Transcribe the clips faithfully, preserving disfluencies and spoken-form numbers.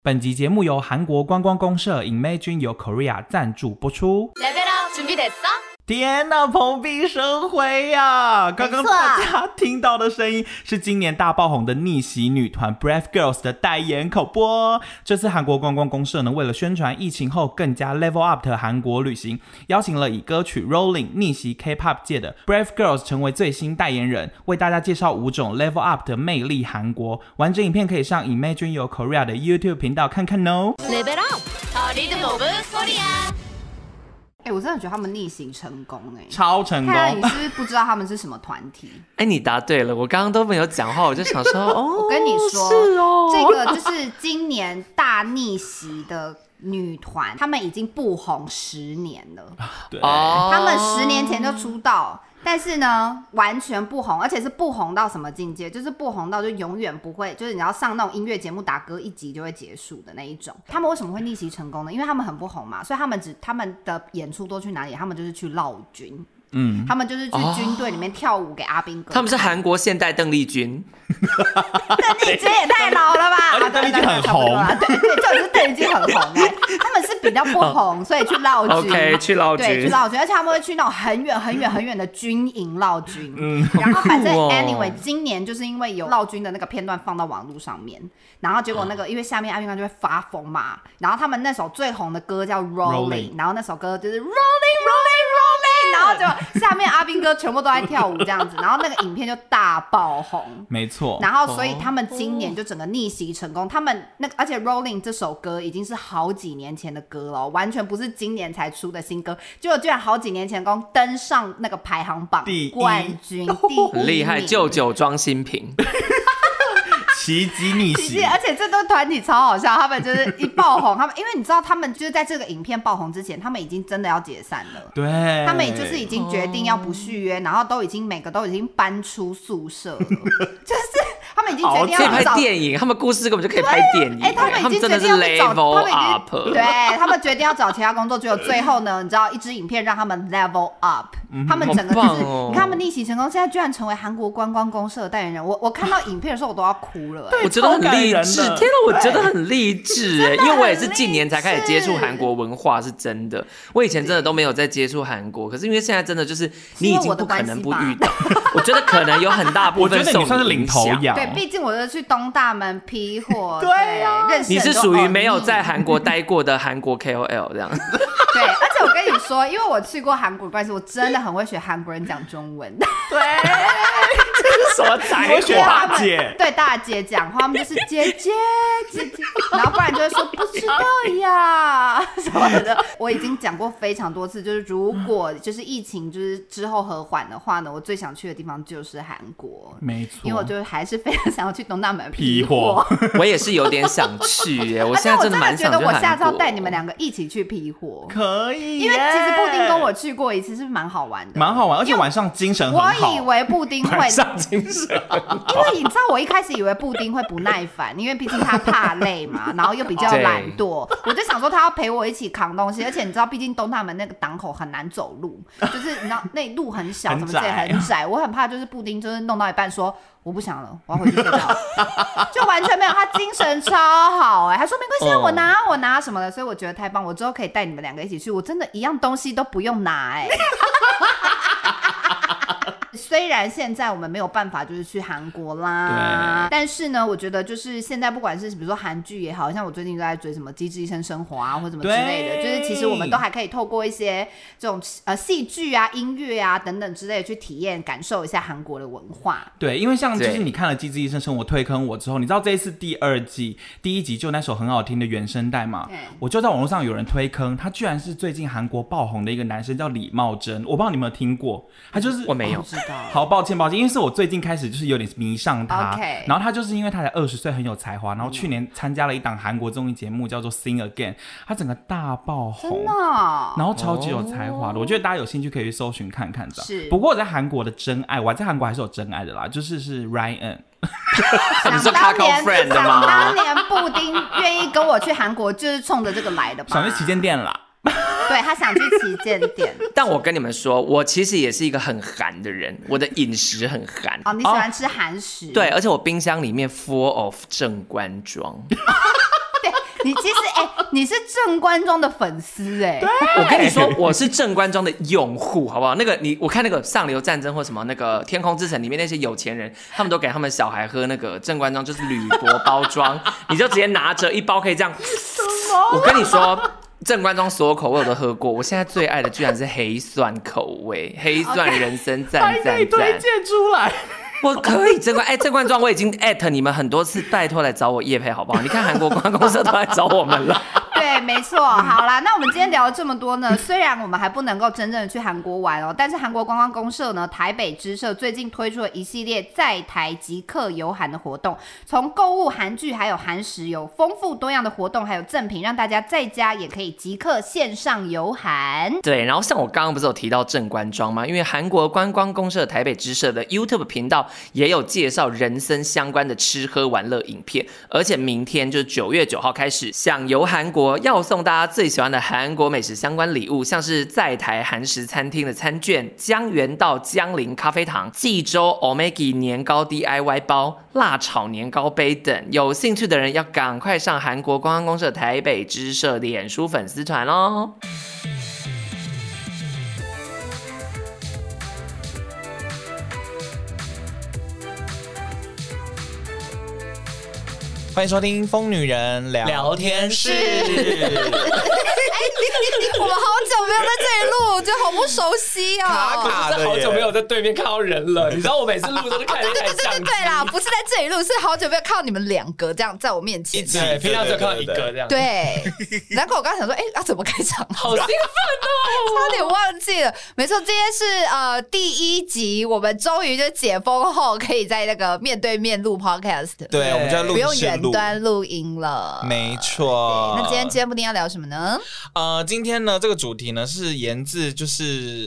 本集节目由韩国观光公社 Imagine Your Korea 赞助播出。天哪，蓬荜生辉呀！刚刚大家听到的声音是今年大爆红的逆袭女团 Brave Girls 的代言口播。这次韩国观光公社呢，为了宣传疫情后更加 level up 的韩国旅行，邀请了以歌曲 Rolling 逆袭 K-pop 界的 Brave Girls 成为最新代言人，为大家介绍五种 level up 的魅力韩国。完整影片可以上 Imagine Your Korea 的 YouTube 频道看看哦。 Level up， Rhythm of Korea。 哎、欸，我真的觉得他们逆行成功哎、欸， 超成功！ 看来你是不是不知道他们是什么团体？ 哎、欸，你答对了，我刚刚都没有讲话，我就想说，哦， 我跟你说， 是哦， 这个就是今年大逆袭的女团，他们已经不红十年了。 对， 他们十年前就出道。但是呢，完全不红，而且是不红到什么境界？就是不红到就永远不会，就是你要上那种音乐节目打歌一集就会结束的那一种。他们为什么会逆袭成功呢？因为他们很不红嘛，所以他们只他们的演出都去哪里？他们就是去绕军。嗯，他们就是去军队里面跳舞给阿兵哥、哦。 他们是韩国现代邓丽君。 邓丽君也太老了吧！ 而且邓丽君很红， 对对，就是邓丽君很红哎。他们是比较不红，所以去绕军。 OK， 去绕军， 对，去绕军，而且他们会去那种很远很远很远的军营绕军。嗯，然后反正 anyway， 今年就是因为有绕军的那个片段放到网络上面，然后结果那个因为下面阿兵哥就会发疯嘛，然后他们那首最红的歌叫 Rolling， 然后那首歌就是 Rolling Rolling Rolling， 然后就下面阿兵哥全部都在跳舞这样子，然后那个影片就大爆红， 没错。 然后所以他们今年就整个逆袭成功，他们那个而且 Rolling 这首歌已经是好几年前的歌了，完全不是今年才出的新歌，结果居然好几年前刚登上那个排行榜冠军，第一名， 很厉害，旧酒装新瓶。 奇迹逆袭， 而且这对团体超好笑，他们就是一爆红，他们因为你知道，他们就是在这个影片爆红之前，他们已经真的要解散了， 对， 他们也就是已经决定要不续约，然后都已经每个都已经搬出宿舍了，就是他们已经决定要可以拍电影，他们故事根本就可以拍电影， 哎、欸，他们已经决定要去找 level up， 对他们决定要找其他工作，结果最后呢，你知道一支影片让他们 level up，、嗯、他们整个就是、哦、你看他们逆袭成功，现在居然成为韩国观光公社的代言人，我我看到影片的时候我都要哭。 我觉得很励志，天哪！我觉得很励志哎，因为我也是近年才开始接触韩国文化，是真的。我以前真的都没有在接触韩国，可是因为现在真的就是你已经不可能不遇到，我觉得可能有很大部分受你算是领头羊。 对，毕竟我是去东大门批货， 对呀、啊， 认识你是属于没有在韩国待过的韩国 K O L 这样。 对，而且我跟你说，因为我去过韩国的关系，我真的很会学韩国人讲中文。 对， 这是什么才华？ 大姐， 对大姐讲话，他们就是姐姐姐姐，然后不然就会说不知道呀什么的。我已经讲过非常多次，就是如果就是疫情就是之后和缓的话呢，我最想去的地方就是韩国， 没错， 因为我就还是非常想要去东大门批货。 我也是有点想去耶，我现在真的蛮想去韩国。 而且我真的觉得我下次要带你们两个一起去批货。 可以， 因为其实布丁跟我去过一次，是蛮好玩的， 蛮好玩，而且晚上精神很好。 我以为布丁会晚上精神很好， 因为你知道，我一开始以为布丁会不耐烦，因为毕竟他怕累嘛，然后又比较懒惰，我就想说他要陪我一起扛东西，而且你知道，毕竟东大门那个档口很难走路，就是你知道那路很小，什么之类很窄，我很怕就是布丁就是弄到一半说。我不想了，我要回去睡觉，就完全没有，他精神超好哎、欸，还说没关系，我拿我拿什么的，所以我觉得太棒，我之后可以带你们两个一起去，我真的一样东西都不用拿哎、欸。虽然现在我们没有办法就是去韩国啦，但是呢，我觉得就是现在不管是比如说韩剧也好，像我最近都在追什么《机智医生生活》啊，或什么之类的，就是其实我们都还可以透过一些这种呃戏剧啊、音乐啊等等之类的去体验、感受一下韩国的文化。 对，因为像就是你看了《机智医生生活》推坑我之后，你知道这一次第二季第一集就那首很好听的原声带嘛，我就在网络上有人推坑，他居然是最近韩国爆红的一个男生叫李茂贞，我不知道你有没有听过，他就是我没有。 好抱歉抱歉，因为是我最近开始就是有点迷上他， okay. 然后他就是因为他才二十岁很有才华，然后去年参加了一档韩国综艺节目叫做 Sing Again， 他整个大爆红， 真的、哦， 然后超级有才华的、哦，我觉得大家有兴趣可以去搜寻看看的。 是， 不过我在韩国的真爱，我在韩国还是有真爱的啦，就是是 Ryan。 你说 Kakao Friend 的吗？ 想当年布丁愿意跟我去韩国，就是冲着这个来的吧？ 想去旗舰店啦。 对，他想去旗舰店。 但我跟你们说，我其实也是一个很韩的人，我的饮食很韩。 哦，你喜欢吃韩食？ 对，而且我冰箱里面 full of 正官庄。 对， 你其实哎、欸，你是郑官庄的粉丝哎、欸。 我跟你说，我是郑官庄的用户，好不好？那个你，我看那个上流战争或什么那个天空之城里面那些有钱人，他们都给他们小孩喝那个郑官庄，就是铝箔包装，你就直接拿着一包可以这样。我跟你说。正官庄所有口味我都喝过，我现在最爱的居然是黑蒜口味，黑蒜人参赞赞赞， 还可以推荐出来。 我可以正官哎，正官庄我已经艾特你们很多次，拜托来找我业配好不好？你看韩国观光公社都来找我们了。 对，没错。好啦，那我们今天聊了这么多呢，虽然我们还不能够真正的去韩国玩哦，但是韩国观光公社呢，台北支社最近推出了一系列在台即刻游韩的活动，从购物韩剧还有韩食，有丰富多样的活动，还有赠品，让大家在家也可以即刻线上游韩。 对，然后像我刚刚不是有提到正官庄吗？因为韩国观光公社台北支社的 YouTube 频道也有介绍人参相关的吃喝玩乐影片，而且明天就是九月九号开始，想游韩国要送大家最喜欢的韩国美食相关礼物，像是在台韩食餐厅的餐券、江原道江陵咖啡堂、济州 Omegi 年糕 D I Y 包、辣炒年糕杯等。有兴趣的人要赶快上韩国观光公社台北支社脸书粉丝团哦。 欢迎收听《疯女人聊天室》。 我们好久没有在这里录，我觉得好不熟悉哦。 卡卡的耶， 好久没有在对面看到人了。你知道我每次录都是看一台相机。 对对对对啦，不是在这里录，是好久没有看到你们两个这样在我面前。 对，平常只有看到一个这样。 对，难怪我刚刚想说，哎、欸，要、啊、怎么开场？ 好兴奋哦， 差点忘记了。没错，今天是呃第一集，我们终于就解封后，可以在那个面对面录 podcast。 对，我们就在录， 不用远端录音了。 没错。 那今天今天布丁要聊什么呢？ 呃，今天呢，这个主题呢是源自就是，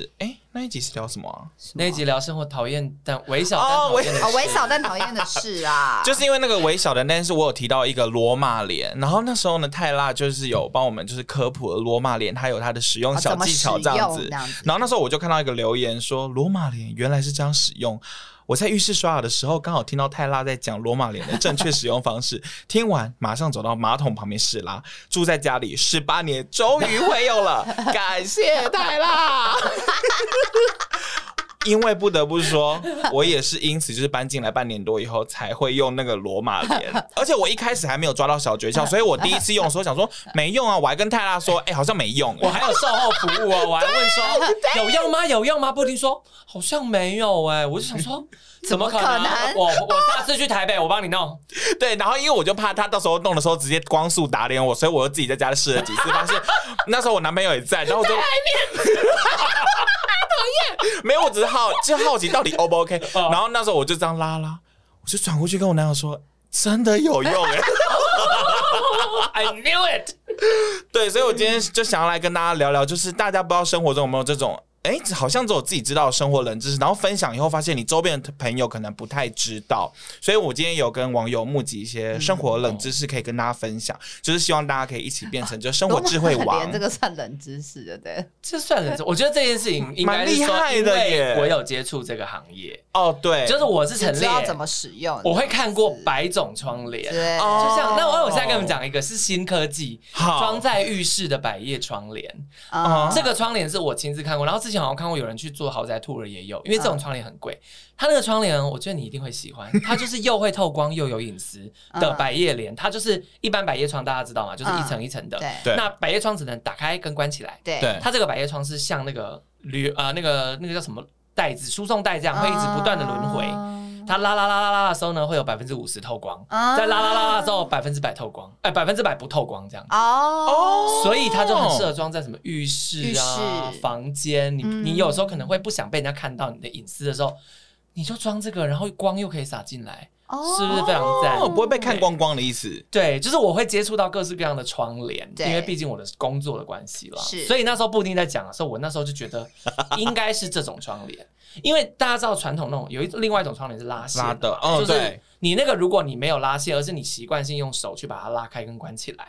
哎，那一集是聊什么啊？ 那一集聊生活讨厌但微小但讨厌的事， 哦，微小但讨厌的事啊。 就是因为那个微小的，但是我有提到一个罗马脸，然后那时候呢，泰辣就是有帮我们就是科普了罗马脸，它有它的使用小技巧这样子。 哦、这样子然后那时候我就看到一个留言说，罗马脸原来是这样使用。我在浴室刷牙的时候，刚好听到泰辣在讲罗马脸的正确使用方式，听完马上走到马桶旁边试拉。住在家里十八年，终于会用了，感谢泰辣。因为不得不说，我也是因此就是搬进来半年多以后才会用那个罗马脸，而且我一开始还没有抓到小诀窍，所以我第一次用的时候想说没用啊，我还跟泰辣说，哎、欸，好像没用、欸， 我还有售后服务哦，我还问说有用吗？有用吗？布丁说好像没有哎、欸，我就想说。怎么可能？我我下次去台北，我帮你弄。 对，然后因为我就怕他到时候弄的时候直接光速打脸我，所以我就自己在家里试了几次，发现那时候我男朋友也在，然后我就。讨厌，没有，我只是好就好奇到底 O 不 OK，、哦、然后那时候我就这样拉拉，我就转过去跟我男友说，真的有用哎、欸、 ，I knew it。 对，所以我今天就想要来跟大家聊聊，就是大家不知道生活中有没有这种。哎，好像只有自己知道的生活冷知识，然后分享以后发现你周边的朋友可能不太知道，所以我今天有跟网友募集一些生活冷知识可以跟大家分享，嗯、就是希望大家可以一起变成就生活智慧王。 连这个算冷知识的，对， 这算冷知识。我觉得这件事情应该是说，蛮厉害的耶，我有接触这个行业。 哦，对， 就是我是陈列， 知道怎么使用， 我会看过百种窗帘， 对， 就像那我我现在跟你们讲一个是新科技装在浴室的百叶窗帘，嗯、这个窗帘是我亲自看过，然后之前好像看过有人去做豪宅 tour 也有，因为这种窗帘很贵。它那个窗帘，我觉得你一定会喜欢，它就是又会透光又有隐私的百叶帘。它就是一般百叶窗，大家知道吗？就是一层一层的。 对。 那百叶窗只能打开跟关起来。 对。 它这个百叶窗是像那个铝呃那个那个叫什么带子输送带这样，会一直不断的轮回。它拉拉拉拉拉的时候呢，会有百分之五十透光，再拉拉拉拉之后百分之百透光，哎，百分之百不透光这样子。哦，所以它就很适合装在什么浴室啊、房间。你你有时候可能会不想被人家看到你的隐私的时候，你就装这个，然后光又可以洒进来。哦，是不是非常赞？ 不会被看光光的意思。 对，就是我会接触到各式各样的窗帘，因为毕竟我的工作的关系啦。是，所以那时候布丁在讲的时候，我那时候就觉得应该是这种窗帘，因为大家知道传统那种有一另外一种窗帘是拉线拉的，哦， 就是你那个如果你没有拉线，而是你习惯性用手去把它拉开跟关起来。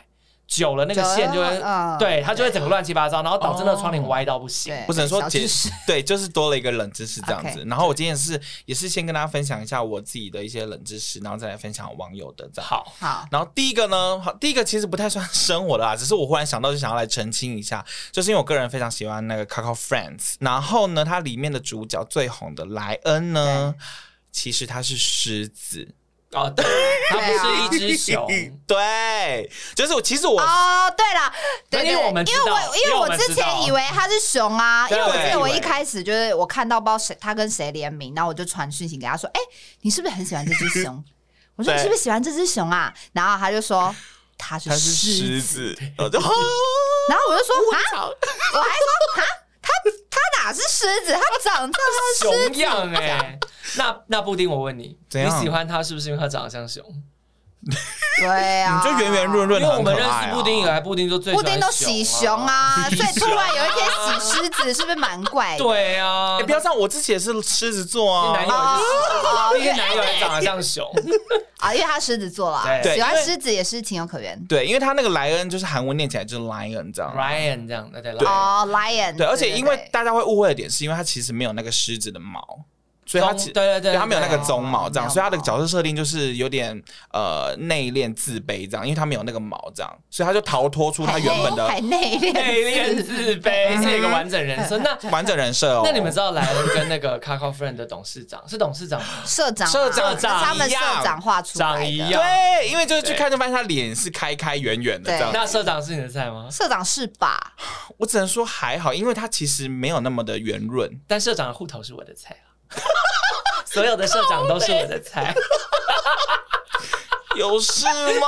久了那个线就会，嗯、对它就会整个乱七八糟，然后导致那个窗帘歪到不行。 我只能说解释，对，就是多了一个冷知识这样子。Okay, 然后我今天是也是先跟大家分享一下我自己的一些冷知识，然后再来分享网友的这样。 好， 好。 然后第一个呢，好，第一个其实不太算生活的啦，只是我忽然想到就想要来澄清一下，就是因为我个人非常喜欢那个 Kakao Friends， 然后呢，它里面的主角最红的莱恩呢，其实他是狮子。 哦，对，它不是一只熊， 对，就是我其实我哦，对了，对对， 因为我们因为我因为我之前以为它是熊啊，因为我记得我一开始就是我看到不知道谁他跟谁联名，然后我就传讯息给他说，哎、欸，你是不是很喜欢这只熊？我说你是不是喜欢这只熊啊？然后他就说他是狮子， 我就，然后我就说啊，我还说啊。他他哪是狮子？他长得像熊样哎、欸！那那布丁，我问你，你喜欢他是不是因为他长得像熊？ 对啊， 你就圆圆润润的、啊， 因为我们认识布丁以来，布丁就最喜欢布丁都喜熊啊，所以突然有一天喜狮子，是不是蛮怪的？ 对啊， 哎、欸，不要这样，我之前也是狮子座啊， 你男友也是，因为男友也长得像熊啊，因为他狮子座啦， 对， 喜欢狮子也是情有可原。 对，因为他那个莱恩就是韩文念起来就是 lion 这样 ，Ryan 这样，对对哦 ，lion， 对，而且因为大家会误会的点是因为他其实没有那个狮子的毛。所以他对对对， 他没有那个鬃毛这样，所以他的角色设定就是有点呃内敛自卑这样，因为他没有那个毛这样，所以他就逃脱出他原本的还内敛内敛自卑，是一个完整人设。那完整人设哦。 那你们知道莱恩跟那个 Kakao Friend 的董事长是董事长吗？ 社长， 社长， 他们社长画出来的， 一样。 对，因为就是去看就发现他脸是开开圆圆的这样。 那社长是你的菜吗？ 社长是吧？ 我只能说还好，因为他其实没有那么的圆润， 但社长的户头是我的菜啊。所有的社长都是我的菜， 有事吗？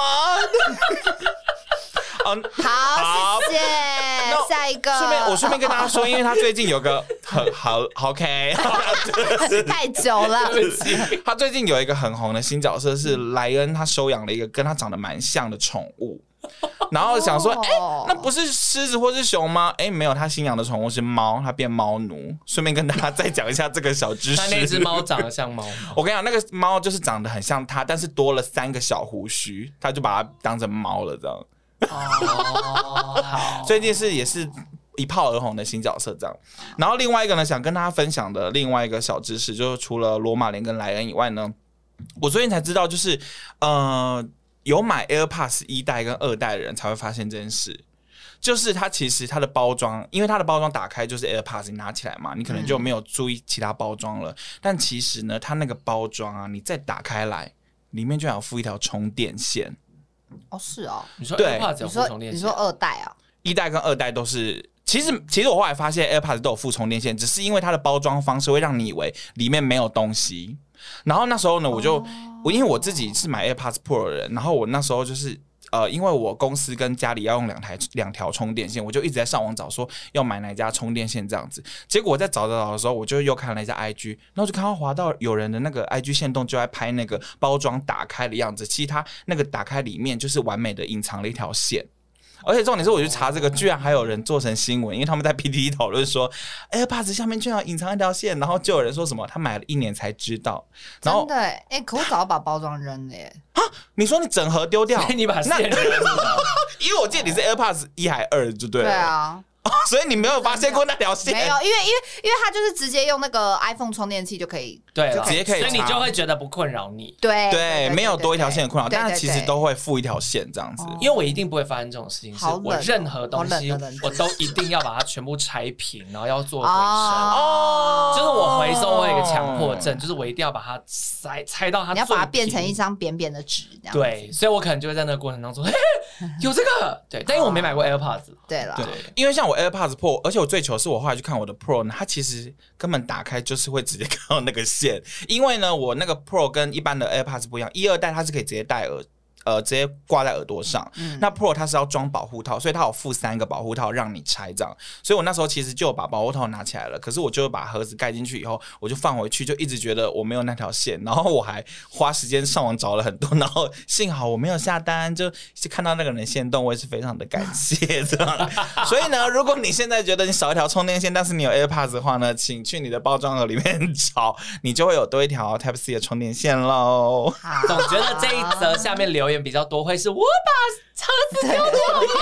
哦、好，谢谢。下一个， 顺便我顺便跟大家说，因为他最近有个很好 OK， 太久了。 他最近有一个很红的新角色是莱恩，他收养了一个跟他长得蛮像的宠物。然后想说，哎、欸，那不是狮子或是熊吗？哎、欸，没有，他新养的宠物是猫，他变猫奴。顺便跟大家再讲一下这个小知识。 他那只猫长得像猫吗？ 我跟你讲，那个猫就是长得很像它，但是多了三个小胡须，他就把它当成猫了，这样。哦，好。最近是也是一炮而红的新角色这样。然后另外一个呢，想跟大家分享的另外一个小知识，就是除了罗马莲跟莱恩以外呢，我最近才知道，就是呃。有买 AirPods 一代跟二代的人才会发现这件事，就是它其实它的包装，因为它的包装打开就是 AirPods， 你拿起来嘛，你可能就没有注意其他包装了。嗯、但其实呢，它那个包装啊，你再打开来，里面居然有附一条充电线。 哦，是哦， 你说 AirPods 有附充电线？ 你说二代啊？ 一代跟二代都是。其实，其实我后来发现 AirPods 都有附充电线，只是因为它的包装方式会让你以为里面没有东西。然后那时候呢，我就、哦、我因为我自己是买 AirPods Pro 的人，然后我那时候就是呃，因为我公司跟家里要用两台两条充电线，我就一直在上网找说要买哪一家充电线这样子。结果我在找找找的时候，我就又看了一下 I G， 然后就看到滑到有人的那个 I G 限动就在拍那个包装打开的样子，其实它那个打开里面就是完美的隐藏了一条线。而且重点是，我去查这个，居然还有人做成新闻，因为他们在 P T T 讨论说 ，AirPods 下面居然隐藏一条线，然后就有人说什么他买了一年才知道，然后真的哎、欸，可我早把包装扔了耶！ 啊，你说你整盒丢掉， 所以你把线扔了， 因为我记得你是 AirPods 一还二就对了， 对啊。 所以你没有发现过那条线？ 没有，因为因为因为它就是直接用那个 iPhone 充电器就可以， 对， 直接可以， 所以你就会觉得不困扰你。 对对, 对，没有多一条线的困扰，但是其实都会附一条线这样子。 因为我一定不会发生这种事情，是我任何东西我都一定要把它全部拆平，然后要做回收。哦，就是我回收我有一个强迫症，就是我一定要把它拆拆到它， 你要把它变成一张扁扁的纸，这样子。 对，所以我可能就会在那个过程当中，嘿，有这个，对，但因为我没买过 AirPods。 对了， 对，因为像我 AirPods Pro， 而且我最糗是我后来去看我的 Pro 呢，它其实根本打开就是会直接看到那个线，因为呢，我那个 Pro 跟一般的 AirPods 不一样，一二代它是可以直接戴耳。呃，直接挂在耳朵上、嗯。那 Pro 它是要装保护套，所以它有附三个保护套让你拆这样。所以我那时候其实就把保护套拿起来了，可是我就把盒子盖进去以后，我就放回去，就一直觉得我没有那条线。然后我还花时间上网找了很多，然后幸好我没有下单，就看到那个人限动，我也是非常的感谢这样。所以呢，如果你现在觉得你少一条充电线，但是你有 AirPods 的话呢，请去你的包装盒里面找，你就会有多一条 Type C 的充电线喽。 总觉得这一则下面留言比较多会是我把车子丢掉了，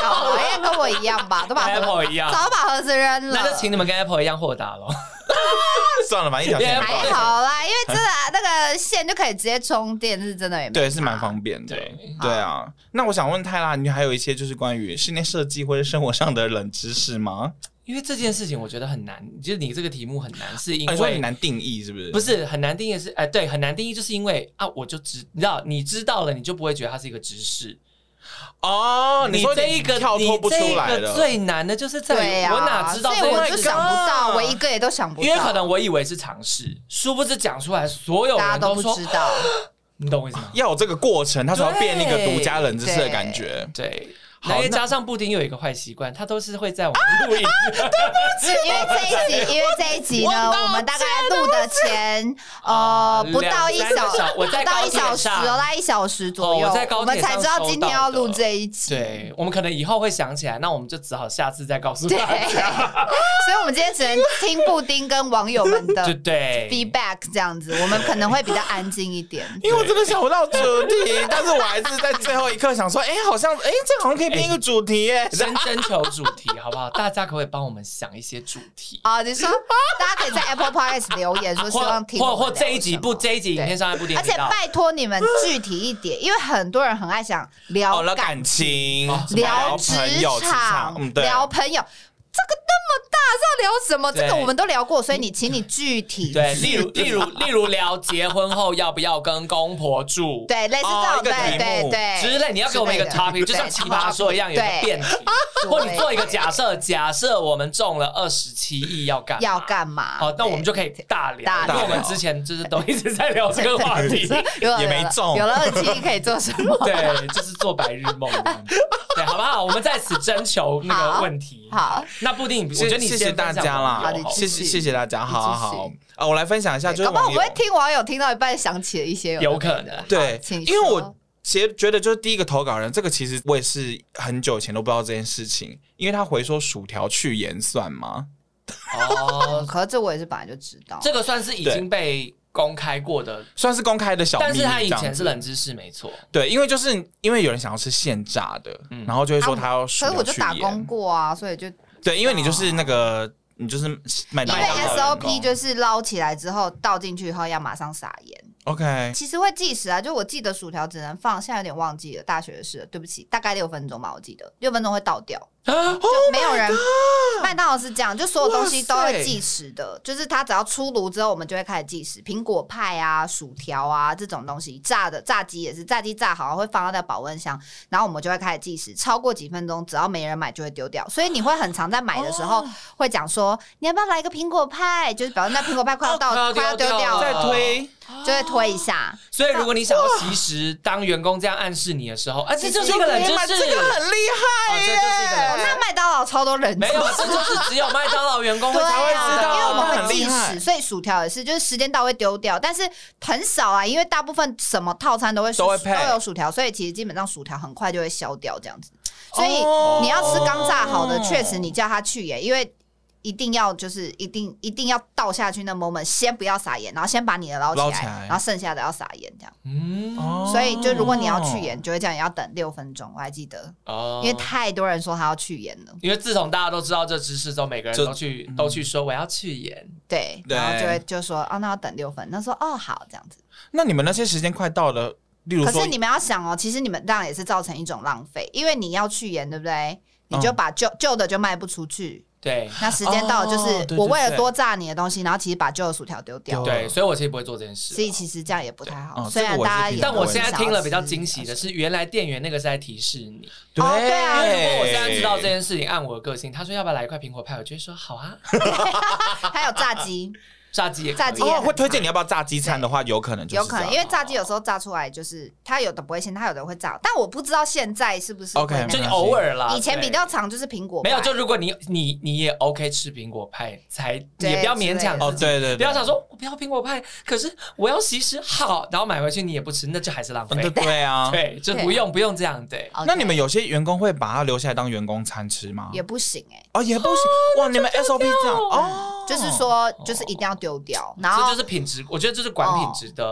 Apple 一样吧，都把 Apple 一样， 早把盒子扔了。 那就请你们跟 Apple 一样豁达咯。 算了吧，一条线还好啦，因为真的那个线就可以直接充电，是真的也没对，是蛮方便的。对对啊，那我想问泰拉，你还有一些就是关于室内设计或者生活上的冷知识吗？ 因为这件事情我觉得很难，就是你这个题目很难，是因为、 啊、你说很难定义是不是？ 不是很难定义是，哎、呃，对，很难定义，就是因为啊，我就知你知道，你知道了，你就不会觉得它是一个知识。 哦， 你这一个跳脱不出来的， 你这个最难的就是在于、 啊、 我哪知道， 所以我就想不到，我一个也都想不到， 因为可能我以为是常识，殊不知讲出来，所有人都不知道。 你懂我意思吗？ 要有这个过程，它才会变那个独家冷知识的感觉。 对。对然后加上布丁有一个坏习惯，他都是会在我们录音。 啊、对不起，因为这一集，因为这一集呢，我, 我们大概录的前呃不到一小时， 我在不到一小时哦，大概一小时左右， 哦、我在高铁我们才知道今天要录这一集。 对，我们可能以后会想起来，那我们就只好下次再告诉大家。 所以我们今天只能听布丁跟网友们的对 feedback 这样子，我们可能会比较安静一点。 因为我真的想不到主题，但是我还是在最后一刻想说，哎、欸，好像哎、欸，这好像可以。一个主题耶， 先征求主题好不好？大家可不可以帮我们想一些主题啊？你说大家可以在 Apple Podcast 留言说希望听或或这一集不这一集影片上面不点， 而且拜托你们具体一点，因为很多人很爱想聊感情、 聊职场、聊朋友。这个那么大是要聊什么？这个我们都聊过，所以你请你具体对，例如例如例如聊结婚后要不要跟公婆住， 对，类似这种，对对对之类。你要给我们一个 topic， 就像奇葩说一样有一个辩题，或你做一个假设，假设我们中了二十七亿要干嘛要干嘛？ 好，那我们就可以大聊，因为我们之前就是都一直在聊这个话题， 也没中， 有了二十七亿可以做什么？ 对，就是做白日梦。对，好不好？我们在此征求那个问题。 好。 那布丁，我觉得你谢谢大家啦，谢谢谢谢大家，好好好啊！我来分享一下，就是搞不好我会听网友听到一半想起了一些， 有可能对，因为我其实觉得就是第一个投稿人，这个其实我也是很久以前都不知道这件事情，因为他回说薯条去盐算吗？ 哦，可是这我也是本来就知道， 这个算是已经被公开过的， 算是公开的小秘密， 但是他以前是冷知识，没错。 对，因为就是因为有人想要吃现炸的，嗯、然后就会说他要薯条去盐。 可是我就打工过啊，所以就。 对，因为你就是那个，你就是麦当劳。 因为 S O P 就是捞起来之后倒进去以后要马上撒盐。 OK， 其实会计时啊，就我记得薯条只能放，现在有点忘记了，大学的事了，对不起，大概六分钟吧，我记得六分钟会倒掉。就没有人，麦当劳是这样，就所有东西都会计时的，就是它只要出炉之后，我们就会开始计时。苹果派啊、薯条啊这种东西，炸的炸鸡也是，炸鸡炸好会放到那保温箱，然后我们就会开始计时，超过几分钟，只要没人买就会丢掉。所以你会很常在买的时候会讲说，你要不要来一个苹果派？就是表示那苹果派快要到，哦、快要丢掉了， 再推。 就会推一下， 所以如果你想要及时当员工这样暗示你的时候，啊，这就是一个冷知识， 这个很厉害耶！ 这就是一个冷知识。 那麦当劳超多人知没有，这就是只有麦当劳员工会才会知道， 因为我们会计时，所以薯条也是，就是时间到会丢掉，但是很少啊，因为大部分什么套餐都会都有薯条，所以其实基本上薯条很快就会消掉这样子。所以你要吃刚炸好的，确实你叫他去耶，因为。一定要就是一定一定要倒下去那 moment， 先不要撒盐，然后先把你的捞起来，起来然后剩下的要撒盐这样。嗯，所以就如果你要去盐，就会这样，也要等六分钟。我还记得，哦，因为太多人说他要去盐了。 因为自从大家都知道这知识之后，每个人都去都去说我要去盐， 对，然后就会就说哦，那要等六分，那说哦好这样子。 那你们那些时间快到了，例如说， 可是你们要想哦，其实你们当然也是造成一种浪费，因为你要去盐，对不对？你就把旧旧的就卖不出去。 对， 那时间到了，就是我为了多炸你的东西，然后其实把旧的薯条丢掉。 对，所以我其实不会做这件事。 所以其实这样也不太好。虽然大家也， 但我现在听了比较惊喜的是，原来店员那个是在提示你。 对啊， 因为如果我现在知道这件事情，按我的个性，他说要不要来一块苹果派，我就会说好啊。 还有炸鸡。 炸鸡也炸鸡哦，会推荐你要不要炸鸡餐的话，有可能就是有可能，因为炸鸡有时候炸出来就是它有的不会鲜，它有的会炸，但我不知道现在是不是 OK， 就你偶尔啦。 以前比较常就是苹果派， 没有，就如果你你你也 OK 吃苹果派，才也不要勉强哦，对对， 不要想说我不要苹果派，可是我要其实好，然后买回去你也不吃，那就还是浪费。 对啊， 对，就不用不用这样对。 那你们有些员工会把它留下来当员工餐吃吗？ 也不行哎， 哦也不行哇，你们 S O P 这样哦， 就是说就是一定要丢掉，然后。 这就是品质，我觉得这是管品质的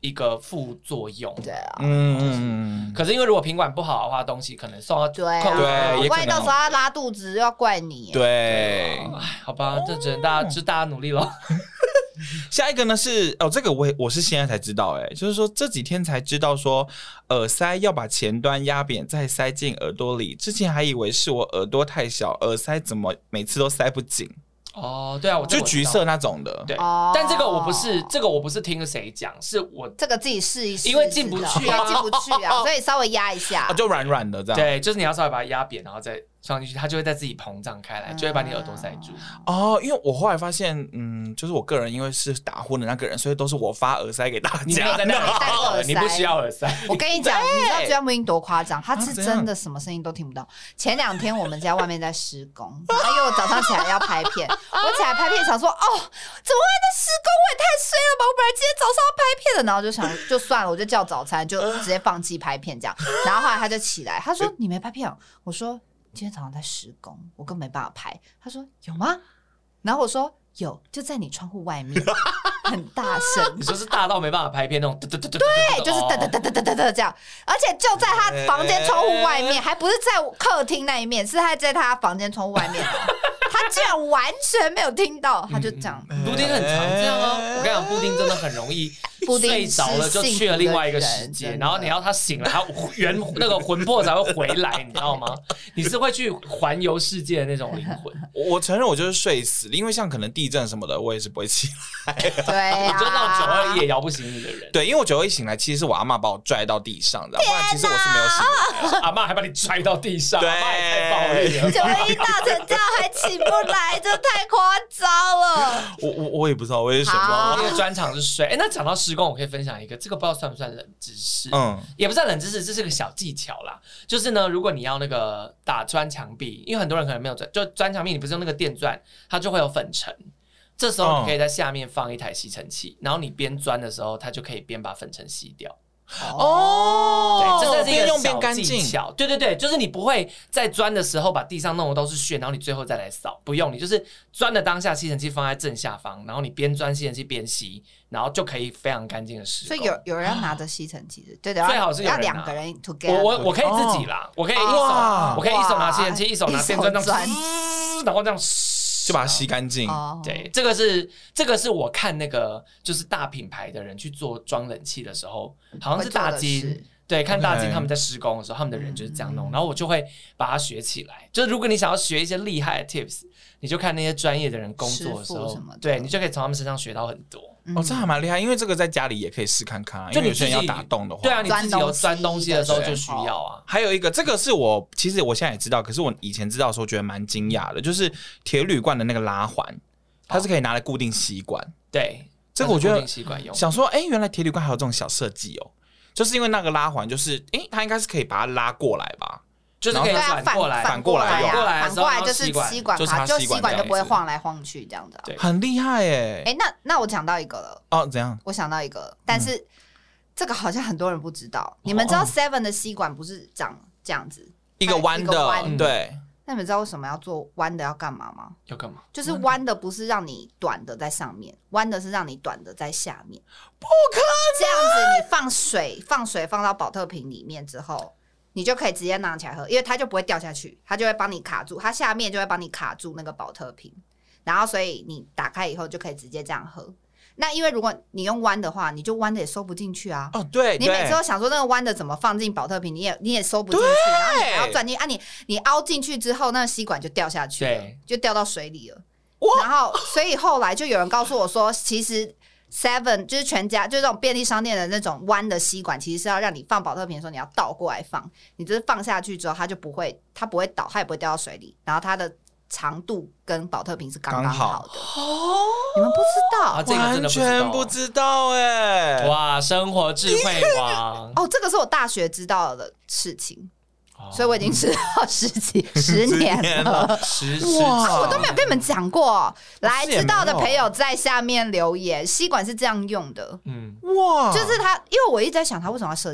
一个副作用。 对啊， 嗯， 可是因为如果品管不好的话，东西可能送到对啊， 对， 万一到时候他拉肚子，又要怪你。 对， 哎，好吧，这只能大家就大家努力咯。 下一个呢是哦，这个我我是现在才知道，哎，就是说这几天才知道说耳塞要把前端压扁再塞进耳朵里，之前还以为是我耳朵太小，耳塞怎么每次都塞不紧。 哦，对啊，我就橘色那种的， 对，哦、但这个我不是，这个我不是听谁讲，是我这个自己试一试， 因为进不去啊， 进不去啊，所以稍微压一下， 啊、就软软的这样。 对，就是你要稍微把它压扁，然后再放进去，它就会在自己膨胀开来，就会把你耳朵塞住。 哦，因为我后来发现，嗯，就是我个人因为是打呼的那个人，所以都是我发耳塞给大家。 你没有在那里戴过耳塞，你不需要耳塞。 我跟你讲，你知道居然不音多夸张，他是真的什么声音都听不到。前两天我们家外面在施工，然后因为我早上起来要拍片，我起来拍片想说，哦，怎么会在施工？我也太衰了吧！我本来今天早上要拍片的，然后就想就算了，我就叫早餐，就直接放弃拍片这样。然后后来他就起来，他说：“你没拍片哦？”我说。今天早上在施工，我根本没办法拍。他说有吗？然后我说有，就在你窗户外面，很大声。 你说是大到没办法拍片那种，对， 就是哒哒哒哒哒哒哒这样，而且就在他房间窗户外面，还不是在客厅那一面，是他在他房间窗户外面。他居然完全没有听到，他就这样。 嗯、布丁很常这样啊！我跟你讲，布丁真的很容易睡着了就去了另外一个世界，然后你要他醒了，他原那个魂魄才会回来，你知道吗？你是会去环游世界的那种灵魂。 我承认我就是睡死，因为像可能地震什么的，我也是不会起来。 对啊， 你就那种九二一也摇不醒你的人。 对，因为我九二一醒来，其实是我阿嬷把我拽到地上的，不然其实我是没有醒来。 阿嬷还把你拽到地上， 对， 阿嬷也太暴力了。 九二一大成这样还起不来，这太夸张了。 我我我也不知道为什么。 那个专场是睡。哎，那讲到施工，我可以分享一个，这个不知道算不算冷知识？嗯，也不算冷知识，这是个小技巧啦。就是呢，如果你要那个打砖墙壁，因为很多人可能没有砖，就砖墙壁你不是用那个电钻，它就会有粉尘。这时候你可以在下面放一台吸尘器，然后你边钻的时候，它就可以边把粉尘吸掉。 哦， 对，这是一个小技巧。对对对，就是你不会在钻的时候把地上弄的都是屑，然后你最后再来扫，不用，你就是钻的当下，吸尘器放在正下方，然后你边钻吸尘器边吸，然后就可以非常干净的施工。 所以有有人要拿着吸尘器的，对的， 最好是有人拿要两个人 together。 我我我可以自己啦，我可以一手，我可以一手拿吸尘器，一手拿电钻，这样，然后这样。 就把它吸干净。 对，这个是这个是我看那个就是大品牌的人去做装冷气的时候，好像是大金，对，看大金他们在施工的时候，他们的人就是这样弄，然后我就会把它学起来。就是如果你想要学一些厉害的 tips， 你就看那些专业的人工作的时候，对你就可以从他们身上学到很多。 哦，这还蛮厉害，因为这个在家里也可以试看看啊。就你有些人要打洞的话， 对啊，你自己有钻东西的时候就需要啊。 还有一个，这个是我其实我现在也知道，可是我以前知道的时候觉得蛮惊讶的，就是铁铝罐的那个拉环，它是可以拿来固定吸管。 对， 这个我觉得想说，哎，原来铁铝罐还有这种小设计哦，就是因为那个拉环，就是哎，它应该是可以把它拉过来吧。 就是可以反过来， 反过来， 反过来， 反过来就是吸管，就吸管就不会晃来晃去这样子， 对，很厉害耶！ 哎，那那我想到一个了哦，怎样？ 我想到一个，但是这个好像很多人不知道。你们知道 Seven 的吸管不是长这样子， 一个弯的，对。 那你们知道为什么要做弯的要干嘛吗？ 要干嘛？ 就是弯的不是让你短的在上面，弯的是让你短的在下面。 不可能！ 这样子你放水，放水放到保特瓶里面之后。你就可以直接拿起来喝，因为它就不会掉下去，它就会帮你卡住，它下面就会帮你卡住那个保特瓶，然后所以你打开以后就可以直接这样喝。那因为如果你用弯的话，你就弯的也收不进去啊。 哦，对， 你每次都想说那个弯的怎么放进保特瓶，你也你也收不进去，然后你还要钻进啊你，你凹进去之后，那个吸管就掉下去了，就掉到水里了。然后所以后来就有人告诉我说，其实。Seven 就是全家，就是这种便利商店的那种弯的吸管，其实是要让你放保特瓶的时候，你要倒过来放。你就是放下去之后，它就不会，它不会倒，它也不会掉到水里。然后它的长度跟保特瓶是刚刚好的。哦，你们不知道？ 啊、这个真的不知道完全不知道哎、 欸！哇，生活智慧王哦，这个是我大学知道的事情。所以我已经知道十几十年了， 十哇！我都没有跟你们讲过。来，知道的朋友在下面留言。吸管是这样用的，嗯，哇！就是它，因为我一直在想，它为什么要设计这样？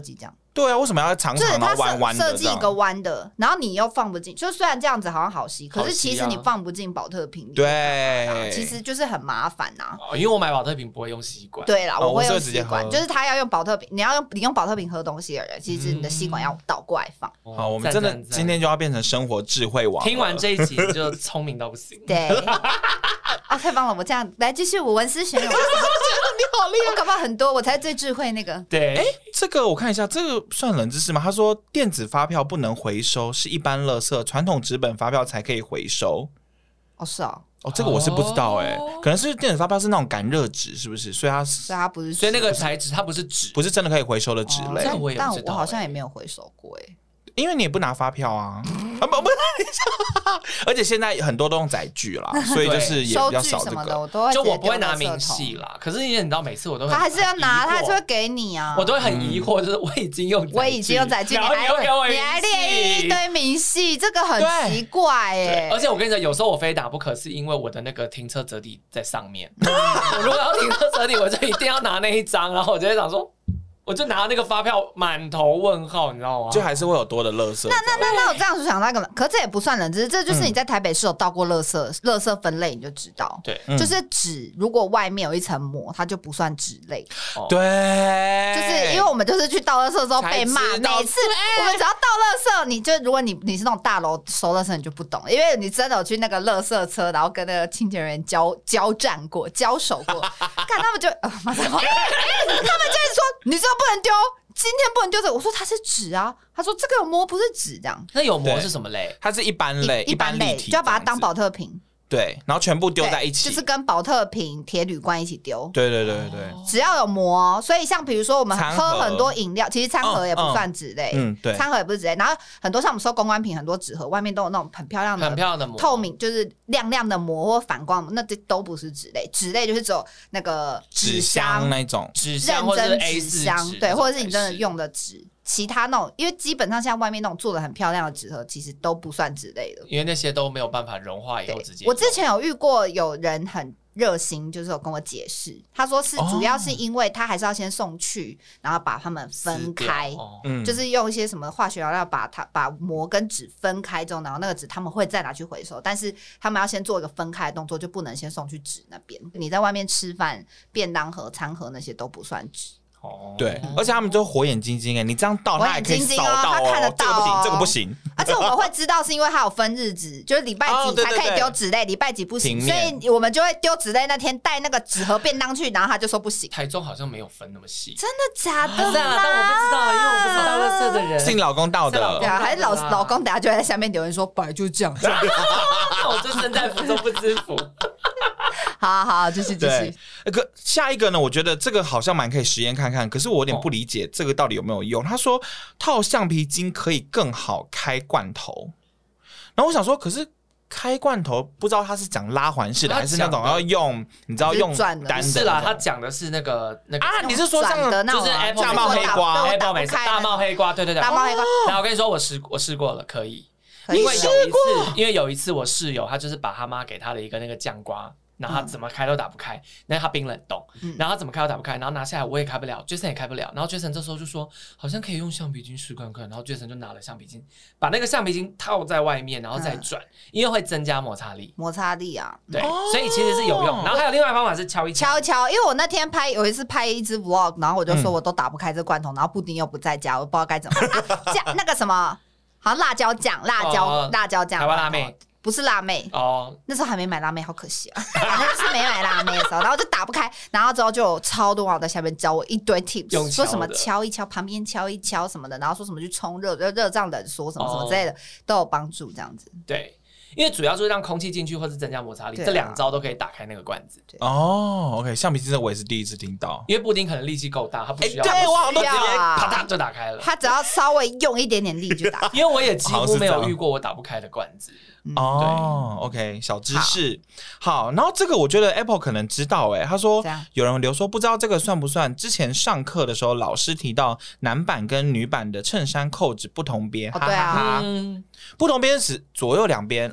对啊，为什么要长长然后弯弯的？ 设计一个弯的，然后你又放不进，就虽然这样子好像好吸，可是其实你放不进保特瓶里。 对， 其实就是很麻烦呐、啊哦。因为我买保特瓶不会用吸管。 对啦，我会用吸管，哦、就是他要用保特瓶，你要用你用保特瓶喝东西的人，其实你的吸管要倒过来放。 嗯、好，我们真的今天就要变成生活智慧王。 听完这一集就聪明到不行。 对。啊，太棒了！我这样来继续，我文思泉涌。你好厉害，我搞不好很多，我才最智慧那个。 对， 哎，这个我看一下，这个算冷知识吗？他说电子发票不能回收，是一般垃圾，传统纸本发票才可以回收。 哦，是啊。 哦，这个我是不知道哎、欸哦，可能是电子发票是那种感热纸，是不是？所以它， 所以它不是， 所以那个材质它不是纸， 不是真的可以回收的纸类。 哦、 我也但我好像也没有回收过哎、欸。 因为你也不拿发票啊，啊不不，而且现在很多都用载具啦，所以就是也比较少这个。 我都会就我不会拿明细啦，可是因为你知道每次我都很他还是要拿，他还是会给你啊。 我都会很疑惑，就是我已经用， 我已经用载具，你还你还列一堆明细，这个很奇怪哎、欸。 而且我跟你讲，有时候我非打不可，是因为我的那个停车折抵在上面。我如果要停车折抵，我就一定要拿那一张，然后我就会想说。我就拿那个发票满头问号，你知道吗？ 就还是会有多的垃圾。 那那那那我这样就想到一个，可是这也不算冷知识，这就是你在台北市有倒过垃圾，垃圾分类你就知道。 对， 就是纸，如果外面有一层膜，它就不算纸类。 对， 就是因为我们就是去倒垃圾的时候被骂，每次我们只要倒垃圾，你就如果你你是那种大楼收垃圾，你就不懂，因为你真的有去那个垃圾车，然后跟那个清洁人员交交战过、交手过，看他们就呃马上，他们就是说，你知道。不能丢，今天不能丢这个。我说它是纸啊，他说这个有膜不是纸，这样。 那有膜是什么类？ 它是一般类， 一般类就要把它当保特瓶。 对，然后全部丢在一起， 就是跟保特瓶、铁铝罐一起丢。 对对对对对， 只要有膜，所以像比如说我们喝很多饮料，其实餐盒也不算纸类， 嗯，对， 餐盒也不是纸类。然后很多像我们收公关品，很多纸盒外面都有那种很漂亮的、 很漂亮的膜， 透明就是亮亮的膜或反光，那这都不是纸类。纸类就是只有那个纸箱那种纸箱或者是 A 四纸，对，或者是你真的用的纸。其他那种，因为基本上像外面那种做的很漂亮的纸盒，其实都不算纸类的， 因为那些都没有办法融化以后直接。 我之前有遇过有人很热心，就是有跟我解释，他说是主要是因为他还是要先送去，然后把它们分开，哦、就是用一些什么化学原料把它把膜跟纸分开之后，然后那个纸他们会再拿去回收，但是他们要先做一个分开的动作，就不能先送去纸那边。你在外面吃饭，便当盒、餐盒那些都不算纸。 哦，对，而且他们就火眼金睛哎，你这样倒，他还可以扫到、哦， 他看得到、哦， 这个不行，这个不行。 而且我们会知道是因为它有分日子，就是礼拜几才可以丢纸类，礼、哦、拜几不行，所以我们就会丢纸类那天带那个纸盒便当去，然后他就说不行。 台中好像没有分那么细， 真的假的？ 啊、但我不知道，因为我不是倒垃圾的人， 是你老公倒的， 对啊，还是老老公等下就会在下面留言说，本来就是这样， 我就身在福中不知福。 好好，继续继续。 可下一个呢？我觉得这个好像蛮可以实验看看，可是我有点不理解这个到底有没有用。他说套橡皮筋可以更好开罐头，然后我想说，可是开罐头不知道他是讲拉环式的，还是那种要用你知道用单的？ 是啦，他讲的是那个那个啊，你是说像就是 Apple 大帽黑瓜 ，Apple 美大帽黑瓜，对对对， 大帽黑瓜。 然后我跟你说，我试我试过了，可以。因为有一次，因为有一次我室友他就是把他妈给他的一个那个酱瓜。然后他怎么开都打不开，那他冰冷冻，嗯、然后他怎么开都打不开，然后拿下来我也开不了 ，Jason 也开不了，然后 Jason 这时候就说好像可以用橡皮筋试看看，然后 Jason 就拿了橡皮筋，把那个橡皮筋套在外面，然后再转，嗯、因为会增加摩擦力。 摩擦力啊， 对，哦、所以其实是有用。然后还有另外一个方法是敲一敲，敲一敲，因为我那天拍有一次拍一支 vlog， 然后我就说我都打不开这罐头，然后布丁又不在家，我不知道该怎么办。酱、啊、那个什么，好像辣椒酱，辣椒、哦、辣椒酱， 台湾辣妹。 不是辣妹哦，那时候还没买辣妹，好可惜啊！那是没买辣妹的时候，然后就打不开，然后之后就有超多网友在下面教我一堆 tips， 说什么敲一敲，旁边敲一敲什么的，然后说什么去冲热热胀冷缩什么什么之类的，哦、都有帮助这样子。 对。因为主要就是让空气进去，或是增加摩擦力，啊、这两招都可以打开那个罐子。 哦 ，OK， 橡皮筋我也是第一次听到， 因为布丁可能力气够大，他不需要， 欸、对，我好多直接啪嗒就打开了， 他只要稍微用一点点力就打开。 因为我也几乎没有遇过我打不开的罐子。 嗯、哦 ，OK， 小知识。好，好，然后这个我觉得 Apple 可能知道，哎，他说有人留说不知道这个算不算？之前上课的时候老师提到男版跟女版的衬衫扣子不同边， 哦、对啊， 哈哈哈，嗯、不同边是左右两边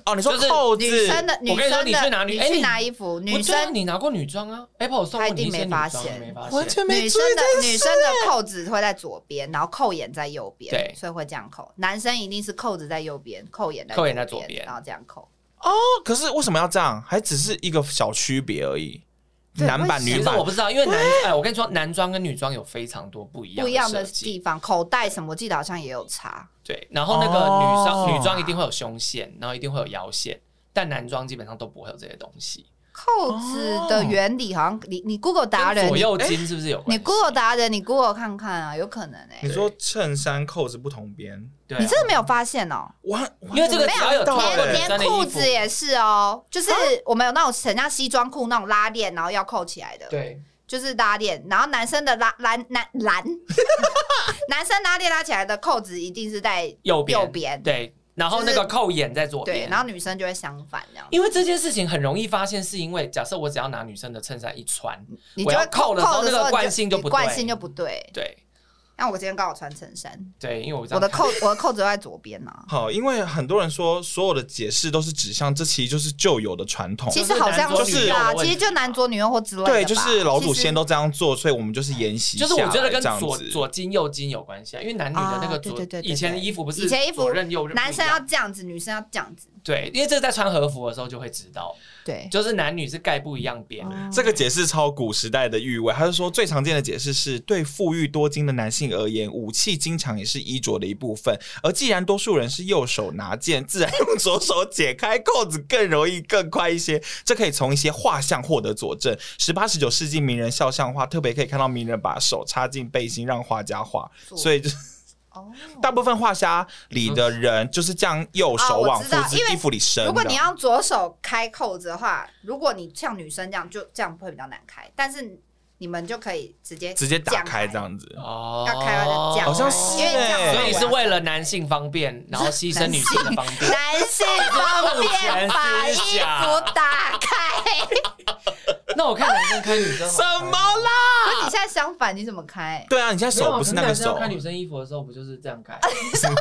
哦，你说扣子， 女生的， 我跟你说，你去拿女， 你去拿衣服，女生你拿过女装啊 ？Apple 送过你一些女装，没发现， 完全没女生的女生的扣子会在左边，然后扣眼在右边， 对， 所以会这样扣。男生一定是扣子在右边，扣眼在扣眼在左边， 然后这样扣。 哦，可是为什么要这样？还只是一个小区别而已。男版女版我不知道，因为男哎，我跟你说，男装跟女装有非常多不一样不一样的地方，口袋什么，我记得好像也有差。 对，然后那个女装、哦、女装一定会有胸线，然后一定会有腰线，但男装基本上都不会有这些东西。 扣子的原理好像你你 Google 达人， 左右襟是不是有？ 你 Google 达人，你 Google 看看啊，有可能哎、欸。 你说衬衫扣子不同边， 对、啊， 你真的没有发现哦？ 我因为这个只要有连连裤子也是哦，就是我们有那种很像西装裤那种拉链，然后要扣起来的， 对， 就是拉链。然后男生的拉蓝男蓝，男生拉链拉起来的扣子一定是在右边， 右边， 对。然后那个扣眼在左边、 就是，对，然后女生就会相反这样。 因为这件事情很容易发现，是因为假设我只要拿女生的衬衫一穿， 你就会扣的时候那个惯性就不对， 惯性就不对。 对。 那我今天刚好穿衬衫， 对，因为我我的扣我的扣子都在左边啊。 好，因为很多人说所有的解释都是指向这其实就是旧有的传统， 其实好像是啊，其实就男左女右或之类的吧。 对，就是老祖先都这样做，所以我们就是沿袭。 就是我觉得跟左左襟右襟有关系啊，因为男女的那个左、啊、以前的衣服不是以前衣服左任右任， 男生要这样子，女生要这样子。 对，因为这在穿和服的时候就会知道。 对， 就是男女是盖不一样边、 嗯。这个解释超古时代的韵味。他是说，最常见的解释是对富裕多金的男性而言，武器经常也是衣着的一部分。而既然多数人是右手拿剑，自然用左手解开扣子更容易、更快一些。这可以从一些画像获得佐证。十八、十九世纪名人肖像画特别可以看到名人把手插进背心让画家画，所以就。大部分画虾里的人就是这样右手往裤子衣服里伸、哦。 如果你要左手开扣子的话，如果你像女生这样，就这样会比较难开。但是你们就可以直接直接打开这样子哦， 要开完这样， 好像是， 因为这样所以是为了男性方便，然后牺牲女性的方便。 男性方便把衣服打开。 那我看男生开女生什么啦？ 可是你现在相反，你怎么开？ 对啊，你现在手不是那个手。 开女生衣服的时候不就是这样开？ 哎，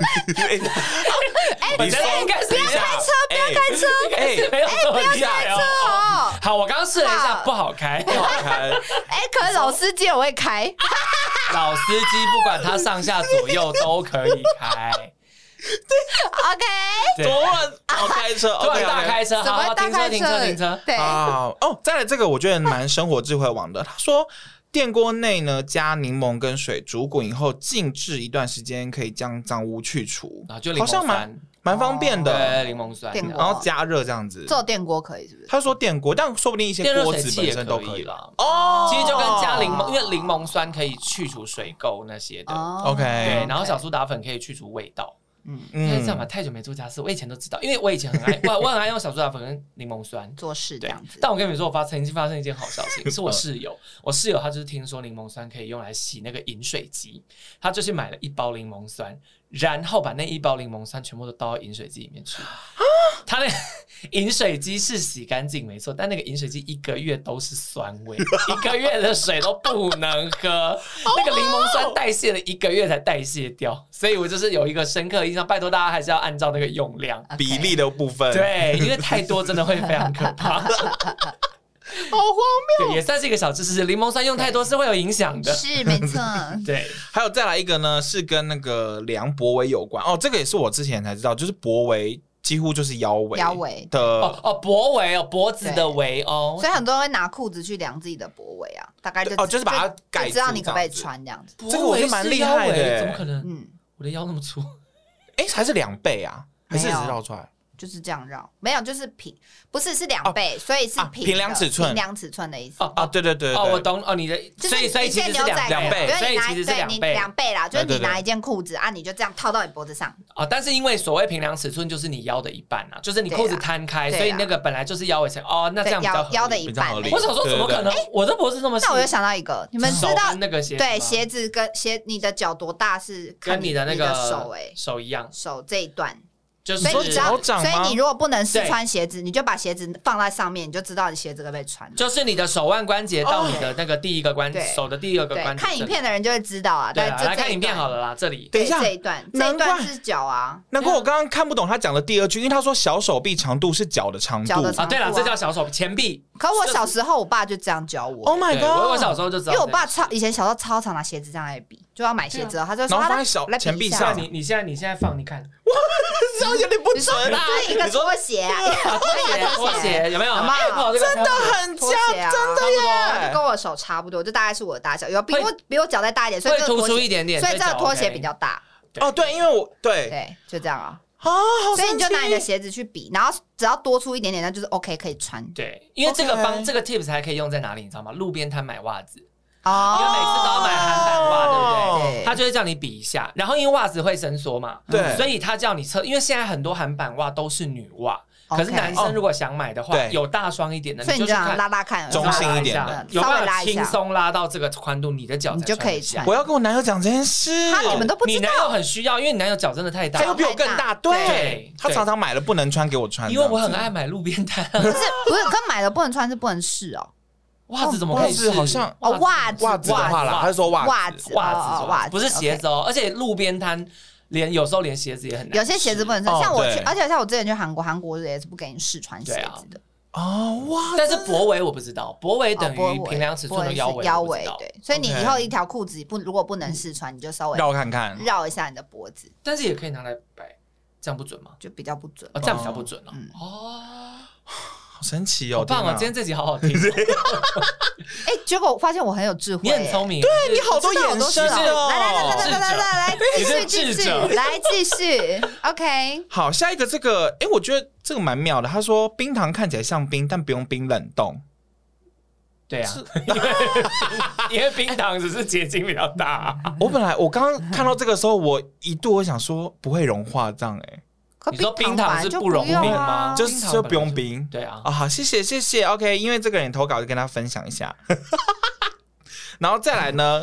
你这应该是不要开车，不要开车， 哎，不要开车哦。 好，我刚刚试了一下，不好开， 不好开。 哎，可是老司机我会开。 老司机不管他上下左右都可以开。 OK， 多晚好开车 ，OK， 大开车，好，停车，停车，停车。 对啊，哦，再来这个我觉得蛮生活智慧网的。他说，电锅内呢加柠檬跟水煮滚以后静置一段时间，可以将脏污去除， 啊，就柠檬酸好像蛮蛮方便的。 对，柠檬酸， 然后加热这样子。 做电锅可以是不是？ 他说电锅，但说不定一些锅子本身都可以了。 哦， 其实就跟加柠檬，因为柠檬酸可以去除水垢那些的。 OK， 对，然后小苏打粉可以去除味道。嗯，因为这样吧，太久没做家事，我以前都知道，因为我以前很爱，我我很爱用小苏打粉跟柠檬酸做事这样子。 但我跟你们说，我发曾经发生一件好消息，是我室友，我室友他就是听说柠檬酸可以用来洗那个饮水机，他就去买了一包柠檬酸，然后把那一包柠檬酸全部都倒到饮水机里面去。他那饮水机是洗干净没错，但那个饮水机一个月都是酸味，一个月的水都不能喝，那个柠檬酸代谢了一个月才代谢掉，所以我就是有一个深刻的印象，拜托大家还是要按照那个用量比例的部分， 对，因为太多真的会非常可怕。 好荒谬，也算是一个小知识。柠檬酸用太多是会有影响的， 是没错。 对， 还有再来一个呢，是跟那个量脖围有关哦。这个也是我之前才知道，就是脖围几乎就是腰围， 腰围的哦哦，脖围哦，脖子的围哦。 所以很多人会拿裤子去量自己的脖围啊，大概就哦，就是把它盖住， 知道你可不可以穿这样子。 这个我觉得蛮厉害的， 怎么可能？ 嗯， 我的腰那么粗， 哎，还是两倍啊？还是只绕出来？ 就是这样绕，没有，就是平，不是是两倍，哦、所以是平、 啊、平量尺寸， 平量尺寸的意思。 哦哦，对对 对, 對， 哦，我懂哦，你的， 就是所以所以其实是两两倍， 所以其实是两倍， 两倍啦，就是你拿一件裤子啊，你就这样套到你脖子上。 哦，但是因为所谓平量尺寸就是你腰的一半啊，就是你裤子摊开，所以那个本来就是腰围成哦，那这样比较腰的一半。 我想说怎么可能？我的脖子这么细。 那我就想到一个，你们知道那个鞋对鞋子跟鞋，你的脚多大是跟你的那个手哎手一样， 手这一段。 就是所以你知道， 所以你如果不能试穿鞋子，你就把鞋子放在上面，你就知道你鞋子会被穿。 就是你的手腕关节到你的那个第一个关，手的第二个关节。 看影片的人就会知道啊。 对啊，来看影片好了啦，这里。 等一下， 这一段，这一段是脚啊。 难怪我刚刚看不懂他讲的第二句，因为他说小手臂长度是脚的长度啊。 对了，这叫小手前臂。 可我小时候，我爸就这样教我。 Oh my god！ 我小时候就知道， 因为我爸超以前小时候超常拿鞋子这样来比，就要买鞋子，他就说他放在小前臂上。 你你现在你现在放，你看， 哇，这样有点不准啊！一个拖鞋啊， 拖鞋拖鞋有没有？ 有没有？ 真的很像，真的耶， 跟我手差不多，就大概是我的大小，有比我比我脚再大一点，所以会突出一点点， 所以这个拖鞋比较大。 哦，对，因为我对对，就这样啊。 啊， 所以你就拿你的鞋子去比，然后只要多出一点点，那就是 OK 可以穿。 对，因为这个方这个 tips 还可以用在哪里，你知道吗？路边摊买袜子。 哦， 因为每次都要买韩版袜，对不对？他就会叫你比一下，然后因为袜子会伸缩嘛， 对， 所以他叫你测。因为现在很多韩版袜都是女袜，可是男生如果想买的话，有大双一点的， 所以你就拉拉看， 中性一点的， 有办法轻松拉到这个宽度，你的脚你就可以穿。 我要跟我男友讲这件事， 他你们都不知道， 你男友很需要，因为你男友脚真的太大， 他又比我更大，对，他常常买了不能穿给我穿， 因为我很爱买路边摊， 不是不是，跟买了不能穿是不能试哦。 袜子怎么可以试？ 好像哦，袜子袜子的话啦，他是说袜袜子袜子袜子不是鞋子哦，而且路边摊连有时候连鞋子也很难， 有些鞋子不能穿。像我去，而且像我之前去韩国，韩国也是不给你试穿鞋子的。 哦哇！ 但是脖围我不知道，脖围等于平量尺寸的腰围， 腰围对。所以你以后一条裤子不如果不能试穿，你就稍微绕看看， 绕一下你的脖子。 但是也可以拿来摆，这样不准吗？ 就比较不准。 哦，这样比较不准了。哦。 好神奇哦！ 好棒哦！今天这集好好听。 哎，结果我发现我很有智慧， 你很聪明， 对你好多眼神哦！ 来来来来来来来来，继续继续，来继续。OK， 好，下一个这个，哎，我觉得这个蛮妙的。他说冰糖看起来像冰，但不用冰冷冻。 对啊，因为因为冰糖只是结晶比较大。 我本来我刚刚看到这个时候，我一度我想说不会融化这样，哎。 你说冰糖是不融冰吗？ 就是就不用冰， 对啊。 啊，好，谢谢谢谢 ，OK， 因为这个人投稿就跟他分享一下，然后再来呢，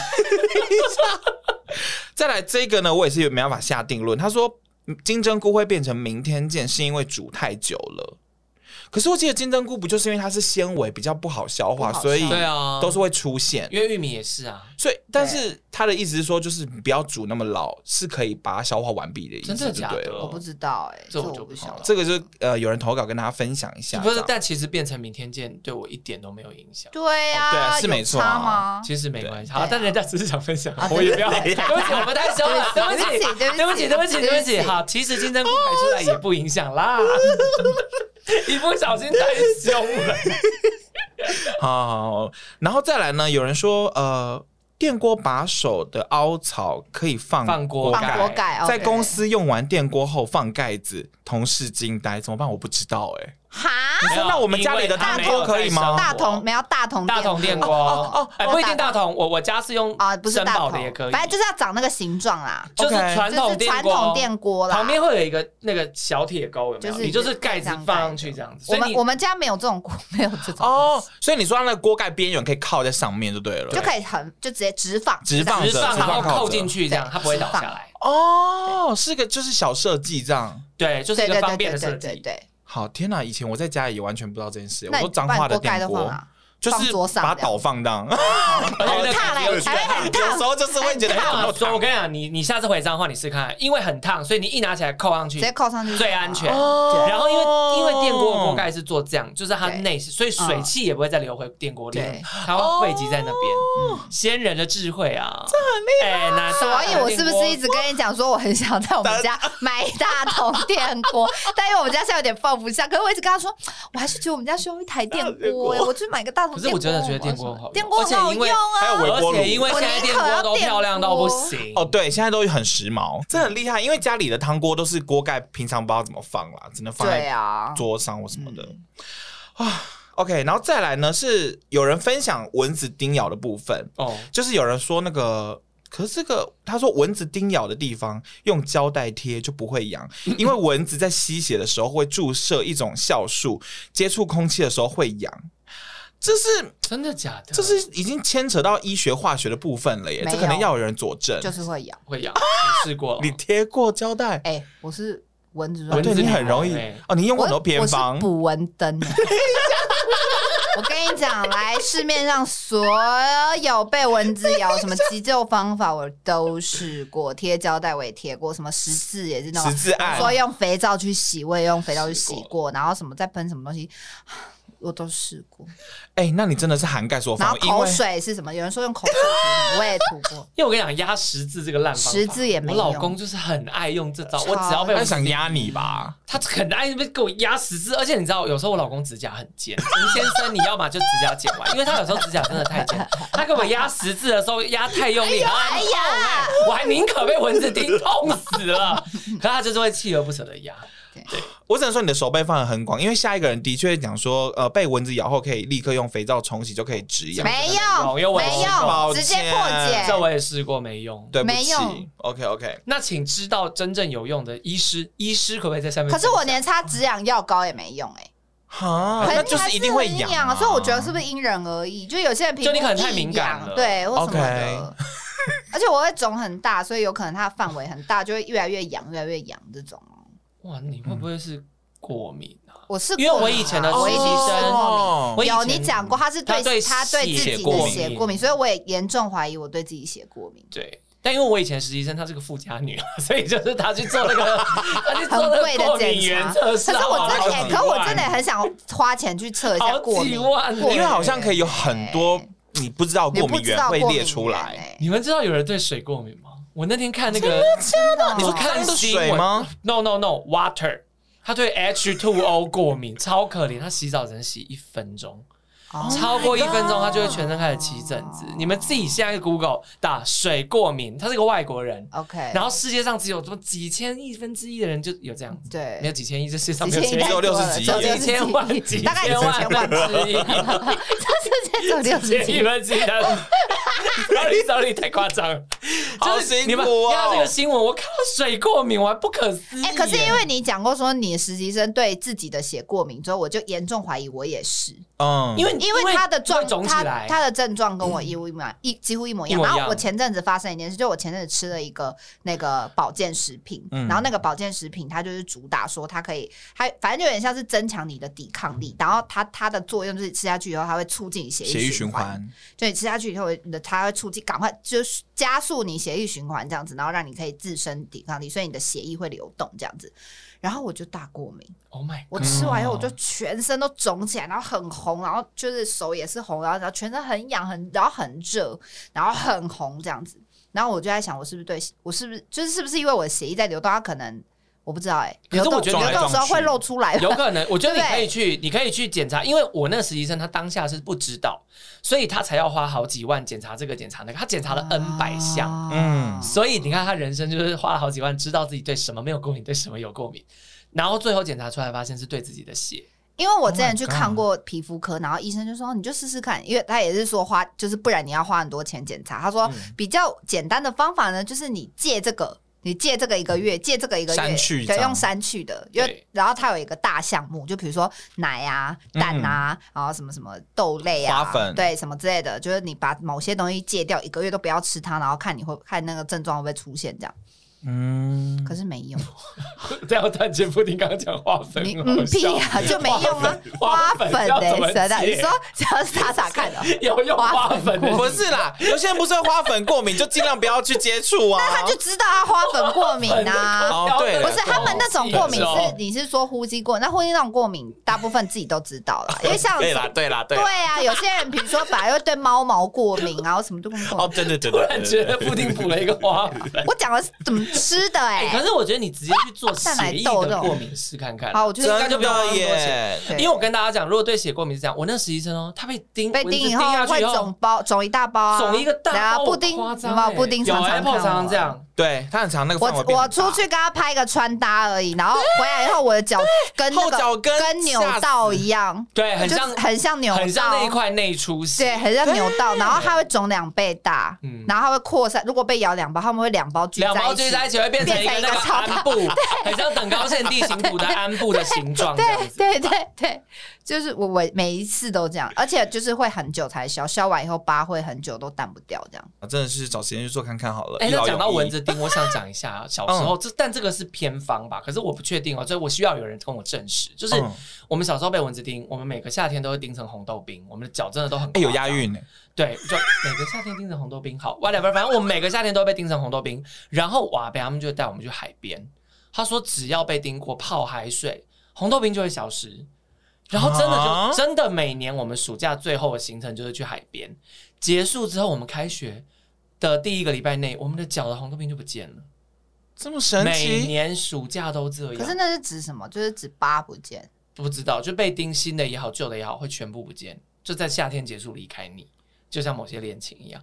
再来这个呢，我也是没办法下定论。他说金针菇会变成明天见，是因为煮太久了。可是我记得金针菇不就是因为它是纤维比较不好消化，所以对啊， 都是会出现。 因为玉米也是啊， 所以但是他的意思是说，就是不要煮那么老，是可以把它消化完毕的意思。 真的假的？ 我不知道哎， 这我就不晓得。 这个就呃有人投稿跟大家分享一下。 不是，但其实变成明天见对我一点都没有影响。 对啊， 对啊，是没错吗？ 其实没关系。好，但人家只是想分享，我也不要。对不起，我们太凶了，对不起，对不起，对不起，对不起。好，其实金针菇排出来也不影响啦。一不小心太凶了。 好, 好, 好，然后再来呢？有人说，呃，电锅把手的凹槽可以放放锅盖，锅盖在公司用完电锅后放盖子，同事惊呆，怎么办？我不知道哎、欸。 哈， 那我们家里的大锅可以吗？ 大同没有大同大同电锅哦，哎，不一定大同，我我家是用啊，不是森宝的也可以， 反正就是要长那个形状啦， 就是传统传统电锅啦， 旁边会有一个那个小铁钩，有没有？你就是盖子放上去这样子。 我们我们家没有这种锅，没有这种哦，所以你说那个锅盖边缘可以靠在上面就对了， 就可以很就直接直放， 直放直放，然后扣进去这样，它不会倒下来。 哦，是个就是小设计这样， 对，就是一个方便的设计， 对。 好，天哪！以前我在家里也完全不知道这件事。我说彰化的电锅就是把它倒放这样， 很烫嘞，还会很烫。 有时候就是会觉得很烫。我跟你讲，你你下次回彰化你试看，因为很烫，所以你一拿起来扣上去， 直接扣上去最安全。然后因为因为电锅的锅盖是做这样，就是它内饰，所以水汽也不会再流回电锅里，它会汇集在那边。先人的智慧啊， 这很厉害。 所以我是不是一直跟你讲说，我很想在我们家买大同电锅，但因为我们家现在有点放不下，可是我一直跟他说，我还是觉得我们家需要一台电锅，我去买个大同。 可是我真的觉得电锅好， 电锅很好用啊， 还有微波炉， 而且因为现在电锅都漂亮到不行哦，对，现在都很时髦，这很厉害。因为家里的汤锅都是锅盖，平常不知道怎么放啦，只能放在桌上或什么的啊。OK， 然后再来呢是有人分享蚊子叮咬的部分哦，就是有人说那个。可是这个他说蚊子叮咬的地方用胶带贴就不会痒，因为蚊子在吸血的时候会注射一种酵素，接触空气的时候会痒。这是真的假的？ 这是已经牵扯到医学化学的部分了耶，这可能要有人佐证。 就是会痒， 会痒。你试过？ 你贴过胶带？ 哎、欸，我是蚊子专对你很容易哦，你用过很多偏方， 我是捕蚊灯。我跟你讲，来市面上所有被蚊子咬什么急救方法我都试过，贴胶带我也贴过，什么十字也是那种十字按， 说用肥皂去洗，我也用肥皂去洗过，然后什么再喷什么东西。我都试过， 哎、欸，那你真的是涵盖所有方法。 然后口水是什么？有人说用口水涂，我也涂过。 因为我跟你讲，压十字这个烂方法， 十字也没用。 我老公就是很爱用这招，我只要被他想压你吧， 他很爱给我压十字，而且你知道，有时候我老公指甲很尖，吴先生，你要么就指甲剪完，因为他有时候指甲真的太尖，他给我压十字的时候压太用力，哎呀，我还宁可被蚊子叮，痛死了。可他就是会锲而不舍的压。 对，我只能说你的手背范围很广，因为下一个人的确讲说，呃，被蚊子咬后可以立刻用肥皂冲洗就可以止痒， 没用，没用，直接破解。 这我也试过，没用， 对不起， 没用。 OK OK， 那请知道真正有用的医师，医师可不可以在下面？ 可是我连擦止痒药膏也没用哎、欸。 哈，那就是一定会痒、啊， 所以我觉得是不是因人而异？就有些人皮肤就你可能太敏感了， 对，或什么的。 Okay 而且我会肿很大，所以有可能它的范围很大，就会越来越痒，越来越痒这种。 哇，你会不会是过敏啊？ 我是因为我以前的实习生， 哦、有你讲过，他是对他对自己的血过敏，所以我也严重怀疑我对自己血过敏。 对。但因为我以前实习生她是个富家女，所以就是她去做那个她去做那个过敏原测试。 可是我真的、欸，可是我真的很想花钱去测一下过敏， 因为好像可以有很多你不知道过敏源会列出来。 欸、 你们知道有人对水过敏吗？我那天看那个， 真的， 你说看水吗 ？No No No Water， 他对 H 二 O 过敏，超可怜，他洗澡只能洗一分钟。Oh、超过一分钟，他就会全身开始起疹子。你们自己现在 Google 打水过敏，他是个外国人 ，OK。 然后世界上只有什么几千亿分之一的人就有这样子， 对， 没有几千亿，这世界上没有几千亿， 只有六十几亿， 几千万，几大概千万之一，这世界只有六十几亿分之一的。sorry sorry， 太夸张了。 好辛苦哦！ 你们看这个新闻，我看到水过敏，我还不可思议。 哎、欸，可是因为你讲过说你实习生对自己的血过敏之后，我就严重怀疑我也是。 嗯， 因为因为他的状他他的症状跟我一模一模一几乎一模一样。然后我前阵子发生一件事，就我前阵子吃了一个那个保健食品，嗯、然后那个保健食品它就是主打说它可以，它反正就有点像是增强你的抵抗力。然后它它的作用就是吃下去以后，它会促进血液循环。就你吃下去以后，你的它会促进，赶快就是加速你血液循环这样子，然后让你可以自身抵抗力，所以你的血液会流动这样子。然后我就大过敏 ，Oh my！ 我吃完以后我就全身都肿起来，然后很红，然后就是手也是红，然后然后全身很痒，很然后很热，然后很红这样子。然后我就在想，我是不是对我是不是就是是不是因为我的血液在流动，它可能我不知道哎、欸， 可是我觉得流动的时候会露出来， 有可能。我觉得你可以去，你可以去检查，因为我那个实习生他当下是不知道，所以他才要花好几万检查这个检查那个，他检查了 N 百项，嗯，所以你看他人生就是花了好几万，知道自己对什么没有过敏，对什么有过敏。然后最后检查出来发现是对自己的血， 因为我之前去看过皮肤科， oh、然后医生就说你就试试看，因为他也是说花就是不然你要花很多钱检查。他说比较简单的方法呢，就是你戒这个，你戒这个一个月，戒这个一个月，对，用删去的，因为然后它有一个大项目，就比如说奶啊、蛋啊，嗯、然后什么什么豆类啊、 花粉， 对，什么之类的，就是你把某些东西戒掉，一个月都不要吃它，然后看你会看那个症状会不会出现这样。嗯，可是没用。 这样断绝不停，刚刚讲花粉， 你嗯屁啊，就没用啊！花粉的，你说只要傻傻看的， 有用花粉的， 不是啦。有些人不是花粉过敏，就尽量不要去接触啊。 那他就知道他花粉过敏啊。 哦，对， 不是他们那种过敏是你是说呼吸过，那呼吸那种过敏，大部分自己都知道了，因为像对啦，对啦，对啊，有些人比如说本来会对猫毛过敏啊，什么都过敏。 哦，对对对对， 突然觉得布丁补了一个花粉。 我讲的是怎么吃的哎、 欸，可是我觉得你直接去做血液的过敏试看看， 好，我觉得应该就不用那么多钱。因为我跟大家讲，如果对血过敏是这样，我那实习生哦，他被叮被叮以后会肿包，肿一大包啊， 肿一个大包， 布丁有没有？布丁常常常常这样。 对他很常那个范围变大。 我我出去跟他拍一个穿搭而已，然后回来以后我的脚跟那个跟扭到一样， 对，很像很像扭到， 很像那一块内出血， 对，很像扭到，然后它会肿两倍大，嗯，然后它会扩散。如果被咬两包，他们会两包聚在一起， 在一起会变成一个那个安布，很像等高线地形图的安布的形状。 对对对对，就是我我每一次都这样，而且就是会很久才消，消完以后疤会很久都淡不掉，这样。 真的是找时间去做看看好了。 哎，那讲到蚊子叮，我想讲一下小时候，这但这个是偏方吧，可是我不确定哦，所以我需要有人跟我证实。就是我们小时候被蚊子叮，我们每个夏天都会叮成红豆冰，我们的脚真的都很哎有押韵呢。 对，就每个夏天叮成红豆冰，好 whatever， 反正我们每个夏天都会被叮成红豆冰。然后哇，北他们就带我们去海边，他说只要被叮过泡海水，红豆冰就会消失。然后真的就、啊、真的每年我们暑假最后的行程就是去海边，结束之后我们开学的第一个礼拜内，我们的脚的红豆冰就不见了。 这么神奇？ 每年暑假都这样。 可是那是指什么？就是指疤不见？ 不知道，就被叮新的也好，旧的也好，会全部不见，就在夏天结束离开你。就像某些恋情一样，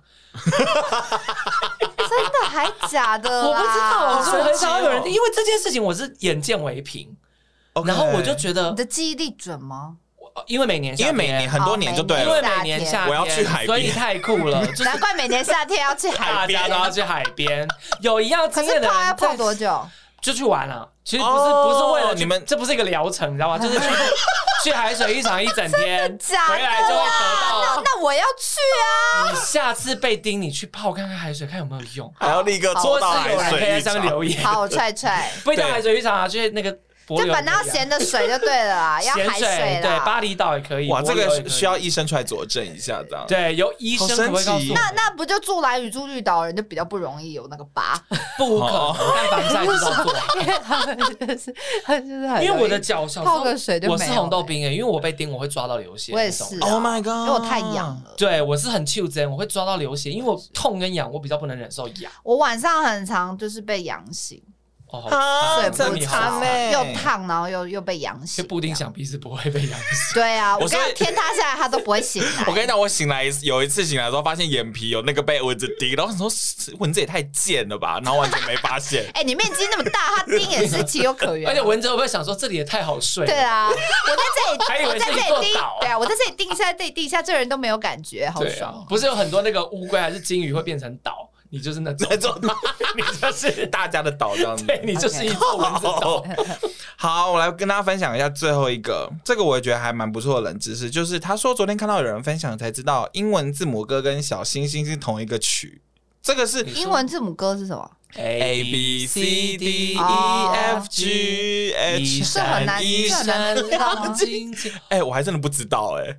真的还假的？ 我不知道，我很少有人，因为这件事情我是眼见为凭， okay. 然后我就觉得你的记忆力准吗？ 因为每年夏天， 因为每年很多年就对了， 因为每年夏天我要去海边， 所以太酷了，就是、 难怪每年夏天要去海边， 大家都要去海边。有一样经验的人， 可是泡要泡多久？ 就去玩了。其实不是、oh, 不是为了你们，这不是一个疗程，你知道吗？就是去去海水浴场一整天，回来就会得到。 那, 那我要去啊！ 你下次被叮，你去泡看看海水，看有没有用。 还要立刻抽到海水浴场， 或是有人可以在上面留言。 好，踹踹， 不一定海水浴场啊，去那个。 就反正要咸的水就对了啦，要海水啦。 对，巴厘岛也可以。 哇，这个需要医生出来佐证一下，这样。 对，由医生可不可以告诉我？ 那那不就住兰屿住绿岛人就比较不容易有那个疤？ 不可能，但防晒至少做好。 因为他们就是他就是很。 因为我的脚小时候泡个水就没有。 我是红豆冰诶，因为我被叮我会抓到流血。 我也是。 Oh my god！ 因为我太痒了。 对，我是很袖珍，我会抓到流血，因为我痛跟痒，我比较不能忍受痒。 我晚上很常就是被痒醒。 哦， 睡不着， 又烫，然后又又被痒醒。 布丁想必是不会被痒醒。 对啊，我跟你天塌下来他都不会醒来。 我跟你讲，我醒来有一次醒来的时候，发现眼皮有那个被蚊子叮，然后说蚊子也太贱了吧，然后完全没发现。 哎、欸，你面积那么大，它叮也是情有可原。 而且蚊子会不会想说这里也太好睡？ 对啊，我在这里， 还以为是一座岛。 对啊，我在这里叮一下，这里叮一下，这人都没有感觉，好爽。 啊、不是有很多那个乌龟还是金鱼会变成岛？你就是那种，你就是大家的岛这样子， 对，你就是一座蚊子岛。 好，我来跟大家分享一下最后一个，这个我也觉得还蛮不错的冷知识，就是他说昨天看到有人分享才知道，英文字母歌跟小星星是同一个曲。这个是英文字母歌是什么 ？A B C D E F G H， 这很难， 一闪亮晶晶。哎，我还真的不知道哎、欸。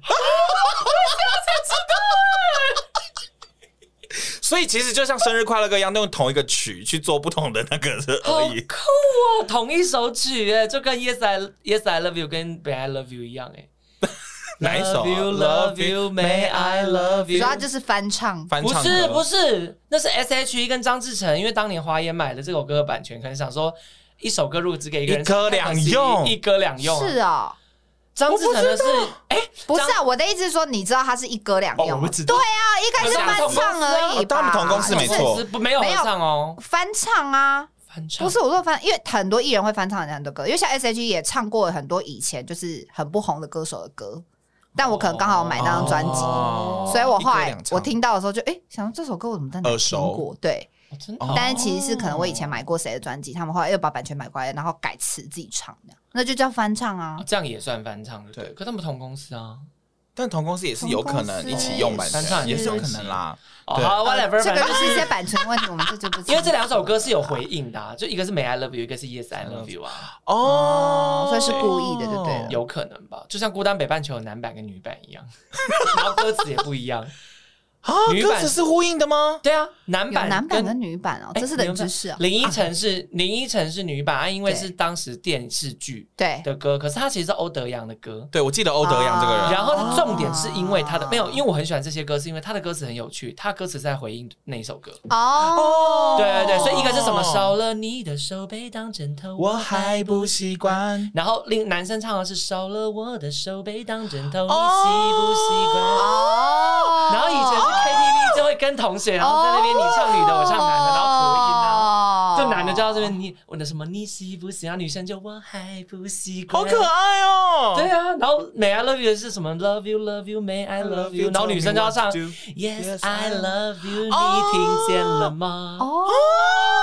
所以其实就像生日快乐歌一样，用同一个曲去做不同的那个而已。 好酷哦，同一首曲哎，就跟 Yes I Yes I Love You 跟 May I Love You 一样哎。 哪一首、啊、 ？Love you, love you, May I love you。 主要就是翻唱， 翻唱不是不是，那是 S H E 跟张志成，因为当年华研买了这首歌的版权，可能想说一首歌如果只给一个人， 一歌两用， 一歌两用。 是啊。 张志成的是，哎， 不是啊，我的意思是说，你知道他是一歌两用、 哦，我不知道。 对啊，一开始翻唱而已吧。 他们同公司没错， 没有合唱哦， 翻唱啊， 翻唱。 不是我说翻，因为很多艺人会翻唱很多歌，因为像 S H E 也唱过很多以前就是很不红的歌手的歌，但我可能刚好买那张专辑、哦，所以我后来我听到的时候就哎、欸，想说这首歌我怎么在哪听过？对。 哦、 但是其实是可能我以前买过谁的专辑，他们后来又把版权买过来，然后改词自己唱的，那就叫翻唱啊。 哦、这样也算翻唱对，对。可他们同公司啊， 但同公司也是有可能一起用版权，翻唱也是有可能啦。 哦，好 ，whatever， 这个就是一些版权问题，我们这就不知道。 因为这两首歌是有回应的、啊，就一个是 May I Love You， 一个是 Yes I Love You 啊。 哦，所以是故意的，就对了。 有可能吧，就像孤单北半球有男版跟女版一样，然后歌词也不一样。 啊，歌词是呼应的吗？ 对啊，男版男版跟女版哦，这是冷知识啊。 林依晨是林依晨是女版啊，因为是当时电视剧的歌，可是他其实是欧德阳的歌。 对，我记得欧德阳这个人。 然后他重点是因为他的没有，因为我很喜欢这些歌，是因为他的歌词很有趣，他歌词在回应那一首歌。哦，对对对，所以一个是什么？少了你的手被当枕头， 我还不习惯。 然后另男生唱的是少了我的手被当枕头，你习不习惯？哦，然后以前是。K T V 就会跟同学，然后在那边你唱女的，我唱男的，然后合音啊。就男的就到这边，你问的什么你喜不喜欢？女生就我还不习惯。 好可爱哦！ 对啊，然后 May I Love You 是什么 Love You Love You May I Love You， 然后女生就要唱 Yes I Love You， 你听见了吗？哦。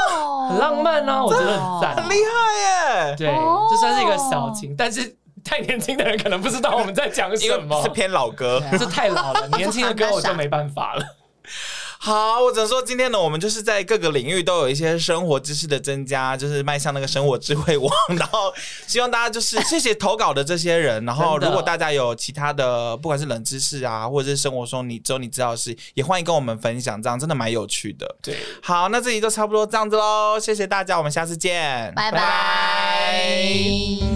很浪漫啊，我觉得很赞， 很厉害耶。 对，这算是一个小情，但是太年轻的人可能不知道我们在讲什么， 是偏老歌， 这太老了，年轻的歌我就没办法了。 好，我只能说今天呢，我们就是在各个领域都有一些生活知识的增加，就是迈向那个生活智慧网。然后希望大家就是谢谢投稿的这些人。然后如果大家有其他的，不管是冷知识啊，或者是生活中你只有你知道的事，也欢迎跟我们分享，这样真的蛮有趣的。 对， 好，那这集就差不多这样子喽，谢谢大家，我们下次见， 拜拜。